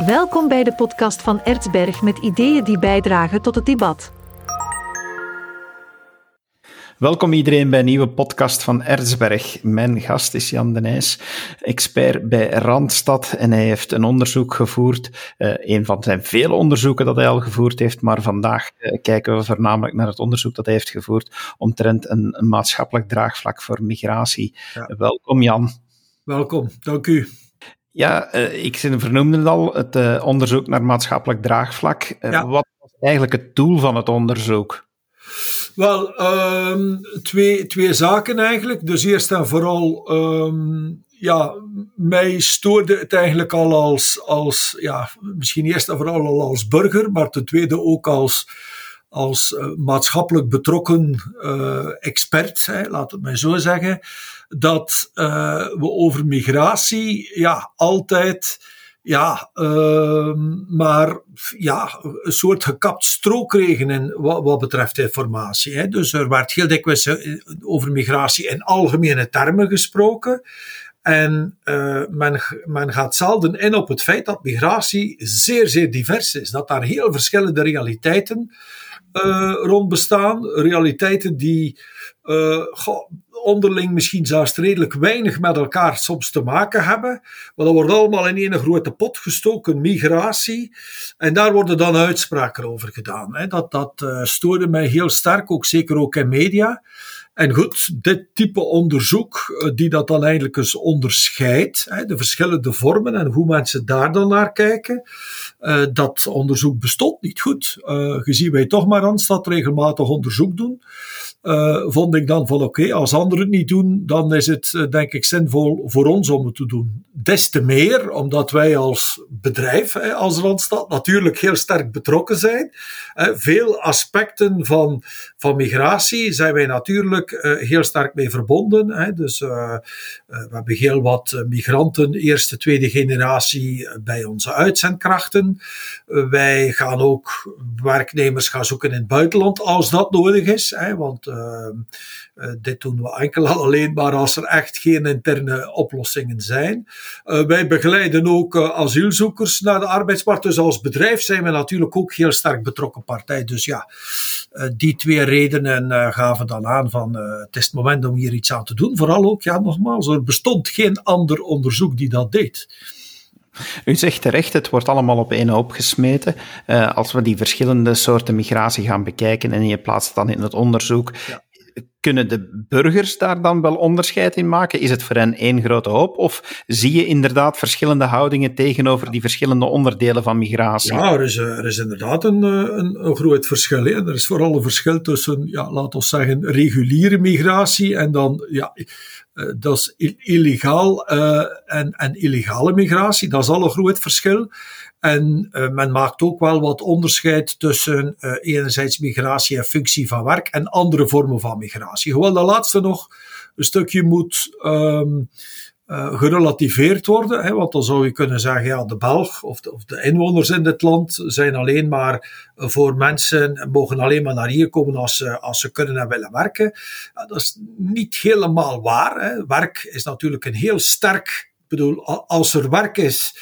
Welkom bij de podcast van Erzberg met ideeën die bijdragen tot het debat. Welkom iedereen bij een nieuwe podcast van Erzberg. Mijn gast is Jan de Nijs, expert bij Randstad en hij heeft een onderzoek gevoerd. Een van zijn vele onderzoeken dat hij al gevoerd heeft, maar vandaag kijken we voornamelijk naar het onderzoek dat hij heeft gevoerd omtrent een maatschappelijk draagvlak voor migratie. Ja. Welkom Jan. Welkom, dank u. Ja, ik vernoemde het al, het onderzoek naar maatschappelijk draagvlak. Ja. Wat was eigenlijk het doel van het onderzoek? Wel, twee zaken eigenlijk. Dus eerst en vooral, mij stoorde het eigenlijk al misschien eerst en vooral al als burger, maar ten tweede ook als maatschappelijk betrokken expert, laat het mij zo zeggen, dat we over migratie altijd een soort gekapt stro kregen wat betreft informatie. Hè. Dus er werd heel dikwijls over migratie in algemene termen gesproken. En men gaat zelden in op het feit dat migratie zeer, zeer divers is. Dat daar heel verschillende realiteiten rond bestaan. Realiteiten die onderling misschien zelfs redelijk weinig met elkaar soms te maken hebben. Maar dat wordt allemaal in één grote pot gestoken, migratie. En daar worden dan uitspraken over gedaan. Hè. Dat stoorde mij heel sterk, zeker ook in media. En goed, dit type onderzoek, die dat dan eigenlijk eens onderscheidt, de verschillende vormen en hoe mensen daar dan naar kijken, dat onderzoek bestond niet goed. Gezien wij toch maar Randstad regelmatig onderzoek doen, vond ik dan van oké, als anderen het niet doen, dan is het denk ik zinvol voor ons om het te doen. Des te meer, omdat wij als bedrijf, als Randstad, natuurlijk heel sterk betrokken zijn. Veel aspecten van migratie zijn wij natuurlijk heel sterk mee verbonden. Dus we hebben heel wat migranten, eerste, tweede generatie bij onze uitzendkrachten. Wij gaan ook werknemers gaan zoeken in het buitenland als dat nodig is. Want dit doen we enkel alleen maar als er echt geen interne oplossingen zijn. Wij begeleiden ook asielzoekers naar de arbeidsmarkt. Dus als bedrijf zijn we natuurlijk ook heel sterk betrokken partij. Dus ja, die twee redenen gaven dan aan van het is het moment om hier iets aan te doen. Vooral ook, nogmaals, er bestond geen ander onderzoek die dat deed. U zegt terecht, het wordt allemaal op één hoop gesmeten. Als we die verschillende soorten migratie gaan bekijken en je plaatst het dan in het onderzoek, kunnen de burgers daar dan wel onderscheid in maken? Is het voor hen één grote hoop? Of zie je inderdaad verschillende houdingen tegenover die verschillende onderdelen van migratie? Ja, er is inderdaad een groot verschil. Hè. Er is vooral een verschil tussen, laten we zeggen, reguliere migratie en dan, dat is illegaal en illegale migratie. Dat is al een groot verschil. En men maakt ook wel wat onderscheid tussen enerzijds migratie en functie van werk en andere vormen van migratie. Hoewel dat laatste nog een stukje moet gerelativeerd worden. Hè, want dan zou je kunnen zeggen, de Belg of de inwoners in dit land zijn alleen maar voor mensen, mogen alleen maar naar hier komen als ze kunnen en willen werken. Dat is niet helemaal waar. Hè. Werk is natuurlijk een heel sterk, als er werk is,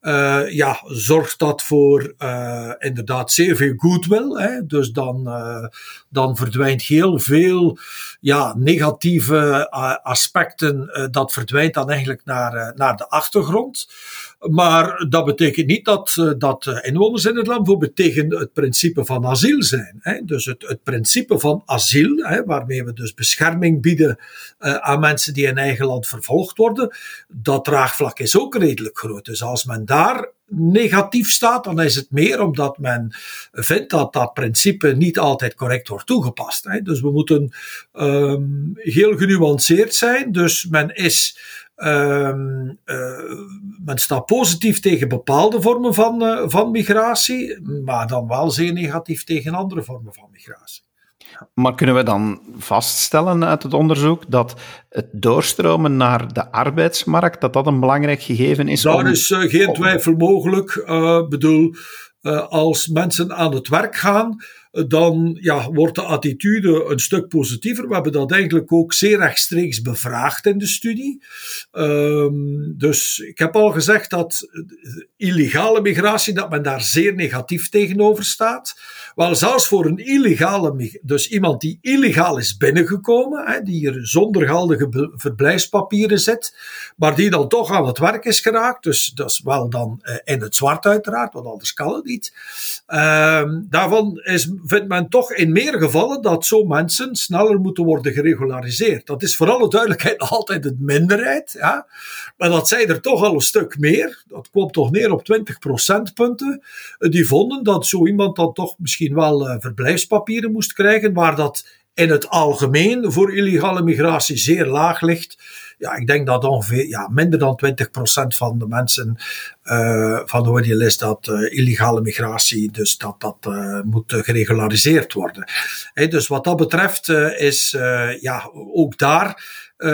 zorgt dat voor inderdaad zeer veel goodwill. Hè? Dus dan verdwijnt heel veel negatieve aspecten. Dat verdwijnt dan eigenlijk naar de achtergrond. Maar dat betekent niet dat inwoners in het land bijvoorbeeld tegen het principe van asiel zijn. Hè? Dus het principe van asiel, waarmee we dus bescherming bieden aan mensen die in eigen land vervolgd worden, dat draagvlak is ook redelijk groot. Dus als men daar negatief staat, dan is het meer omdat men vindt dat dat principe niet altijd correct wordt toegepast. Hè? Dus we moeten heel genuanceerd zijn. Dus men staat positief tegen bepaalde vormen van migratie, maar dan wel zeer negatief tegen andere vormen van migratie. Maar kunnen we dan vaststellen uit het onderzoek dat het doorstromen naar de arbeidsmarkt, dat een belangrijk gegeven is? Daar is geen twijfel mogelijk. Als mensen aan het werk gaan, dan wordt de attitude een stuk positiever. We hebben dat eigenlijk ook zeer rechtstreeks bevraagd in de studie. Dus ik heb al gezegd dat illegale migratie, dat men daar zeer negatief tegenover staat. Wel, zelfs voor een illegale, dus iemand die illegaal is binnengekomen, die hier zonder geldige verblijfspapieren zit, maar die dan toch aan het werk is geraakt, dus dat is wel dan in het zwart uiteraard, want anders kan het niet. Daarvan vindt men toch in meer gevallen dat zo'n mensen sneller moeten worden geregulariseerd. Dat is voor alle duidelijkheid altijd een minderheid, ja? Maar dat zijn er toch al een stuk meer. Dat kwam toch neer op 20 procentpunten. Die vonden dat zo iemand dan toch misschien wel verblijfspapieren moest krijgen, waar dat in het algemeen voor illegale migratie zeer laag ligt. Ja, ik denk dat ongeveer minder dan 20% van de mensen van de ODL dat illegale migratie, dus dat moet geregulariseerd worden. Dus wat dat betreft is ook daar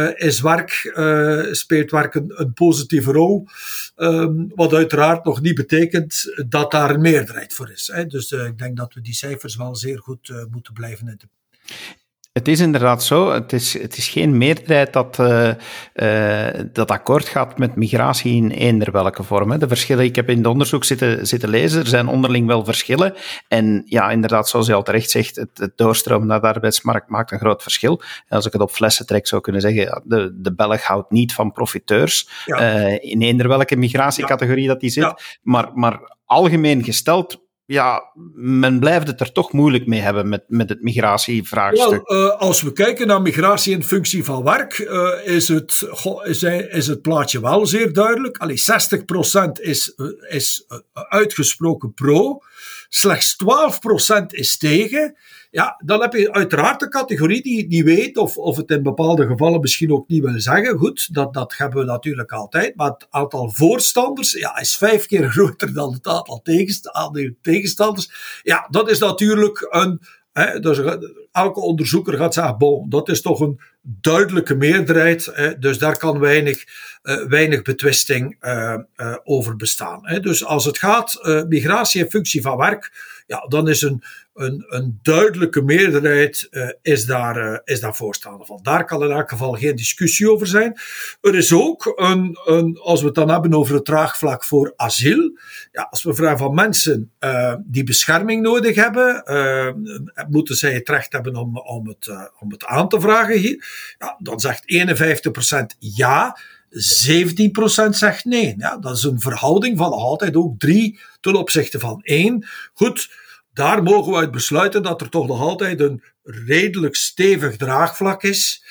speelt werk een positieve rol. Wat uiteraard nog niet betekent dat daar een meerderheid voor is. Dus ik denk dat we die cijfers wel zeer goed moeten blijven Het is inderdaad zo. Het is geen meerderheid dat akkoord gaat met migratie in eender welke vorm. Hè. De verschillen, ik heb in het onderzoek zitten lezen, er zijn onderling wel verschillen. En ja, inderdaad, zoals je al terecht zegt, het doorstromen naar de arbeidsmarkt maakt een groot verschil. En als ik het op flessen trek, zou kunnen zeggen, de Belg houdt niet van profiteurs. Ja. In eender welke migratiecategorie dat die zit. Ja. Maar algemeen gesteld, ja, men blijft het er toch moeilijk mee hebben met het migratievraagstuk. Wel, als we kijken naar migratie in functie van werk, is het plaatje wel zeer duidelijk. 60% is uitgesproken pro, slechts 12% is tegen. Ja, dan heb je uiteraard de categorie die weet of het in bepaalde gevallen misschien ook niet wil zeggen. Goed, dat hebben we natuurlijk altijd. Maar het aantal voorstanders is 5 keer groter dan het aantal tegenstanders. Ja, dat is natuurlijk dus elke onderzoeker gaat zeggen, dat is toch een duidelijke meerderheid. Dus daar kan weinig betwisting over bestaan. Dus als het gaat migratie in functie van werk, dan is een duidelijke meerderheid is daar voorstander van. Daar kan in elk geval geen discussie over zijn. Er is ook als we het dan hebben over het draagvlak voor asiel. Ja, als we vragen van mensen die bescherming nodig hebben, moeten zij het recht hebben om het aan te vragen hier. Ja, dan zegt 51% ja. 17% zegt nee. Ja, dat is een verhouding van altijd ook 3 ten opzichte van 1. Goed, daar mogen we uit besluiten dat er toch nog altijd een redelijk stevig draagvlak is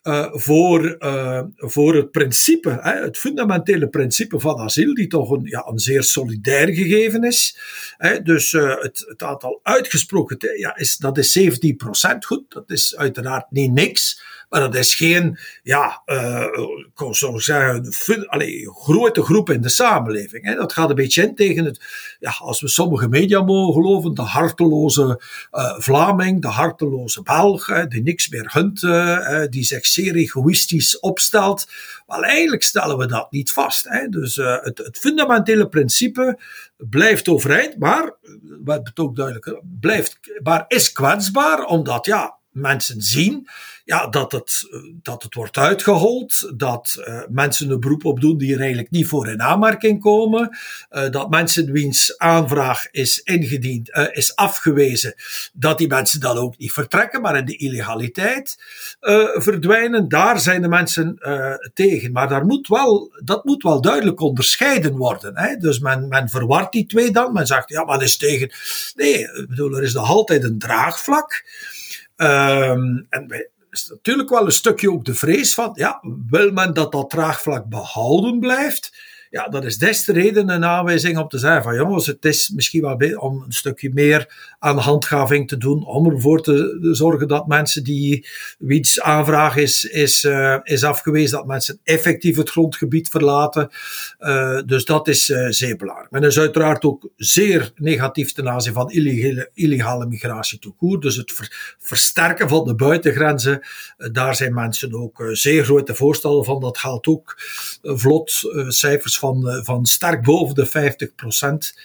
voor het principe, het fundamentele principe van asiel, die toch een zeer solidair gegeven is. Dus het aantal uitgesproken, dat is 17%. Goed, dat is uiteraard niet niks. Maar dat is geen, ik zou zeggen, een grote groep in de samenleving. Dat gaat een beetje in tegen het, als we sommige media mogen geloven, de harteloze Vlaming, de harteloze Belg, die niks meer gunt, die zich zeer egoïstisch opstelt. Maar eigenlijk stellen we dat niet vast. Dus het fundamentele principe blijft overeind, maar, wat het ook duidelijk maar is kwetsbaar, omdat mensen zien dat het wordt uitgehold, dat mensen een beroep op doen die er eigenlijk niet voor in aanmerking komen, dat mensen wiens aanvraag is ingediend, is afgewezen, dat die mensen dan ook niet vertrekken, maar in de illegaliteit verdwijnen. Daar zijn de mensen tegen. Maar dat moet wel duidelijk onderscheiden worden. Dus men verwart die twee dan. Men zegt, men is tegen. Nee, er is nog altijd een draagvlak. En is natuurlijk wel een stukje ook de vrees van, wil men dat draagvlak behouden blijft? Ja, dat is des te reden een aanwijzing om te zeggen van, jongens, het is misschien wel om een stukje meer aan handhaving te doen, om ervoor te zorgen dat mensen wiens aanvraag is afgewezen, dat mensen effectief het grondgebied verlaten. Dus dat is zeer belangrijk. Men is uiteraard ook zeer negatief ten aanzien van illegale migratie tout court. Dus het versterken van de buitengrenzen, daar zijn mensen ook zeer grote voorstander van. Dat geldt ook vlot cijfers van sterk boven de 50%.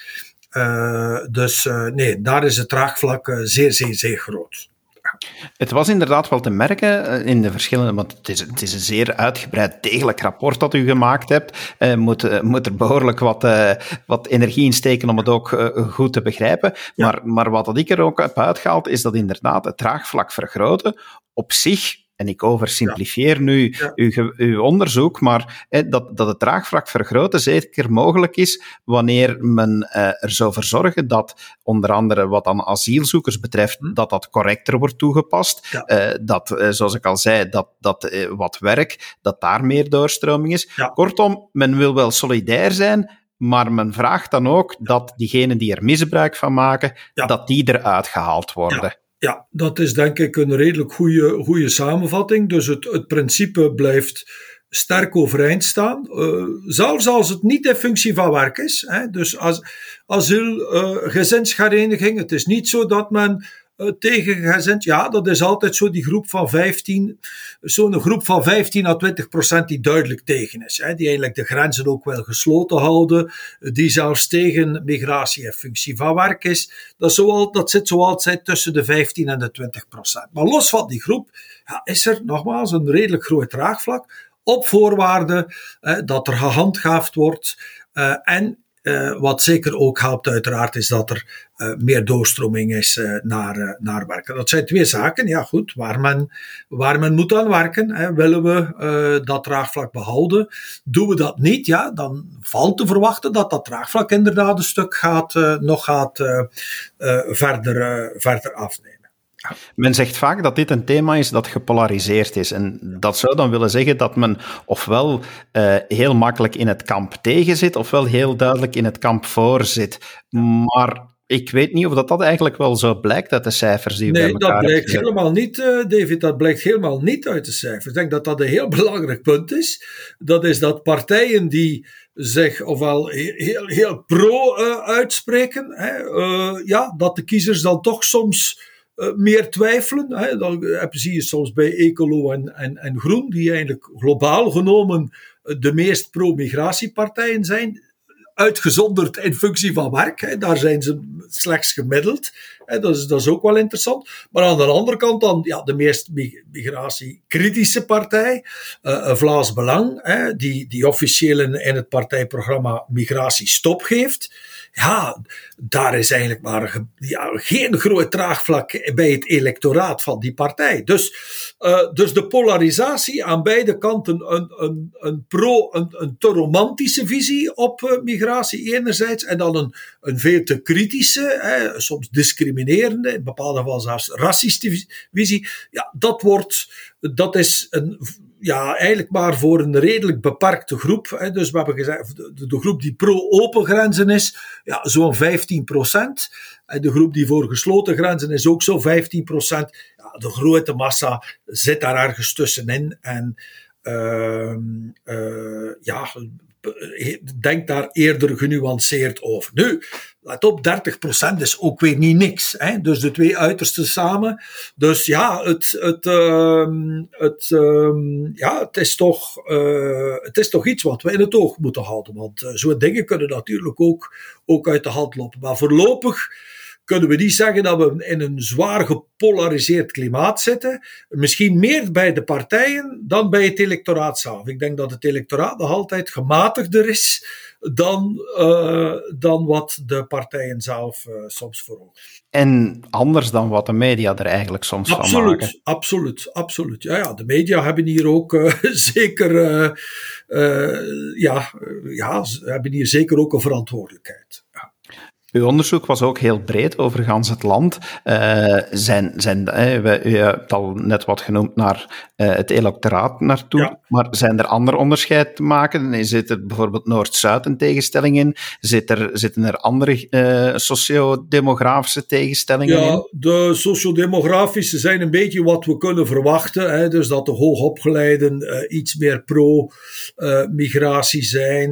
Nee, daar is het draagvlak zeer, zeer, zeer groot. Het was inderdaad wel te merken in de verschillende, want het is een zeer uitgebreid, degelijk rapport dat u gemaakt hebt. Moet er behoorlijk wat energie in steken om het ook goed te begrijpen. Ja. Maar wat ik er ook heb uitgehaald, is dat inderdaad het draagvlak vergroten op zich, en ik oversimplifieer nu uw onderzoek, maar dat het draagvlak vergroten zeker mogelijk is wanneer men er zou voor zorgen dat, onder andere wat dan asielzoekers betreft, dat correcter wordt toegepast. Ja. Dat, zoals ik al zei, dat wat werk, dat daar meer doorstroming is. Ja. Kortom, men wil wel solidair zijn, maar men vraagt dan ook dat diegenen die er misbruik van maken, dat die eruit gehaald worden. Ja. Ja, dat is denk ik een redelijk goede samenvatting. Dus het principe blijft sterk overeind staan. Zelfs als het niet in functie van werk is. Hè. Dus als asiel, gezinshereniging, het is niet zo dat men tegen gezin, ja, dat is altijd zo die groep van 15, zo'n groep van 15 à 20% die duidelijk tegen is. Hè, die eigenlijk de grenzen ook wel gesloten houden, die zelfs tegen migratie in functie van werk is. Dat zit zo altijd tussen de 15 en de 20%. Maar los van die groep, is er nogmaals een redelijk groot draagvlak, op voorwaarde dat er gehandhaafd wordt en wat zeker ook helpt uiteraard is dat er meer doorstroming is naar werken. Dat zijn twee zaken, ja goed, waar men moet aan werken. Hè. Willen we dat draagvlak behouden? Doen we dat niet, ja, dan valt te verwachten dat draagvlak inderdaad een stuk gaat verder afnemen. Men zegt vaak dat dit een thema is dat gepolariseerd is. En dat zou dan willen zeggen dat men ofwel heel makkelijk in het kamp tegen zit, ofwel heel duidelijk in het kamp voor zit. Maar ik weet niet of dat eigenlijk wel zo blijkt uit de cijfers die we bij elkaar hebben. Nee, dat blijkt helemaal niet, David. Dat blijkt helemaal niet uit de cijfers. Ik denk dat dat een heel belangrijk punt is. Dat is dat partijen die zich ofwel heel pro uitspreken, dat de kiezers dan toch soms meer twijfelen. Hè. Dan zie je soms bij Ecolo en Groen, die eigenlijk globaal genomen de meest pro-migratiepartijen zijn, uitgezonderd in functie van werk. Hè. Daar zijn ze slechts gemiddeld. Hè. Dat is ook wel interessant. Maar aan de andere kant dan de meest migratiekritische partij, Vlaams Belang, hè, die officieel in het partijprogramma migratie stop geeft. Ja, daar is eigenlijk maar geen groot draagvlak bij het electoraat van die partij. Dus de polarisatie aan beide kanten, een te romantische visie op migratie enerzijds, en dan een veel te kritische, soms discriminerende, in bepaalde gevallen zelfs racistische visie. Ja, dat is eigenlijk maar voor een redelijk beperkte groep. Hè. Dus we hebben gezegd, de groep die pro-open grenzen is, zo'n 15%. En de groep die voor gesloten grenzen is ook zo'n 15%. Ja, de grote massa zit daar ergens tussenin. En denk daar eerder genuanceerd over. Nu, let op, 30% is ook weer niet niks. Hè? Dus de twee uitersten samen. Dus ja, het is toch iets wat we in het oog moeten houden. Want zo'n dingen kunnen natuurlijk ook uit de hand lopen. Maar voorlopig kunnen we niet zeggen dat we in een zwaar gepolariseerd klimaat zitten. Misschien meer bij de partijen dan bij het electoraat zelf. Ik denk dat het electoraat nog altijd gematigder is dan wat de partijen zelf soms voor ogen. En anders dan wat de media er eigenlijk soms van maken. Absoluut. Ja, de media hebben hier ook zeker hebben hier zeker ook een verantwoordelijkheid. Ja. Uw onderzoek was ook heel breed over gans het land. U hebt al net wat genoemd naar het electoraat naartoe, maar zijn er ander onderscheid te maken? Zit er bijvoorbeeld Noord-Zuid een tegenstelling in? Zitten er andere sociodemografische tegenstellingen in? Ja, de sociodemografische zijn een beetje wat we kunnen verwachten. Hè? Dus dat de hoogopgeleiden iets meer pro-migratie zijn.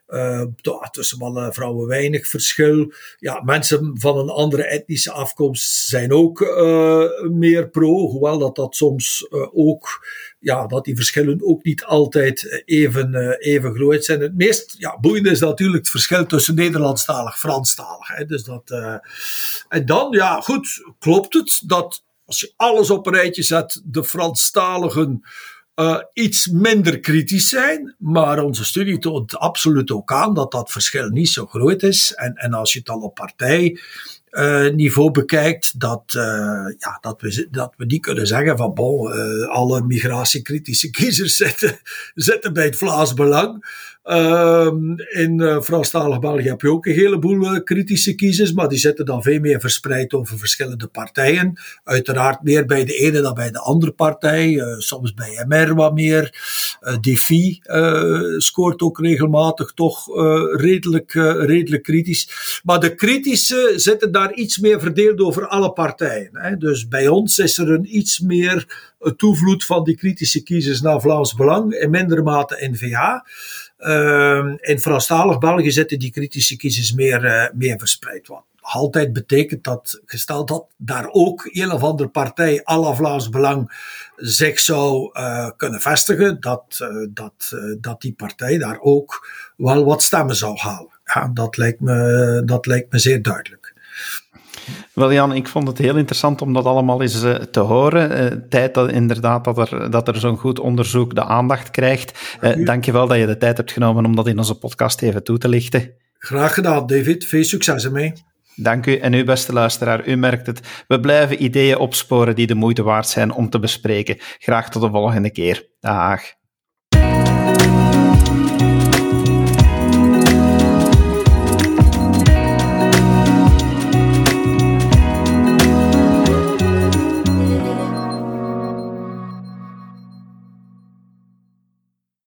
Tussen mannen en vrouwen weinig verschil. Ja, mensen van een andere etnische afkomst zijn ook meer pro, hoewel dat soms ook, dat die verschillen ook niet altijd even groot zijn. Het meest boeiende is natuurlijk het verschil tussen Nederlandstalig en Franstalig. Hè. Dus en dan, goed, klopt het dat als je alles op een rijtje zet, de Franstaligen iets minder kritisch zijn, maar onze studie toont absoluut ook aan dat verschil niet zo groot is. En als je het dan op partijniveau bekijkt, dat we niet kunnen zeggen van alle migratiekritische kiezers zitten bij het Vlaams Belang. In Franstalig België heb je ook een heleboel kritische kiezers, maar die zitten dan veel meer verspreid over verschillende partijen. Uiteraard meer bij de ene dan bij de andere partij. Soms bij MR wat meer. Défi scoort ook regelmatig toch redelijk kritisch. Maar de kritische zitten daar iets meer verdeeld over alle partijen. Hè. Dus bij ons is er een iets meer toevloed van die kritische kiezers naar Vlaams Belang, in mindere mate N-VA. In Franstalig België zitten die kritische kiezers meer verspreid. Wat altijd betekent dat, gesteld dat daar ook een of andere partij à la Vlaams Belang zich zou kunnen vestigen, dat die partij daar ook wel wat stemmen zou halen. Ja, dat lijkt me zeer duidelijk. Wel Jan, ik vond het heel interessant om dat allemaal eens te horen. Tijd dat inderdaad dat er zo'n goed onderzoek de aandacht krijgt. Dank je wel dat je de tijd hebt genomen om dat in onze podcast even toe te lichten. Graag gedaan, David. Veel succes ermee. Dank u en u beste luisteraar, u merkt het. We blijven ideeën opsporen die de moeite waard zijn om te bespreken. Graag tot de volgende keer. Dag.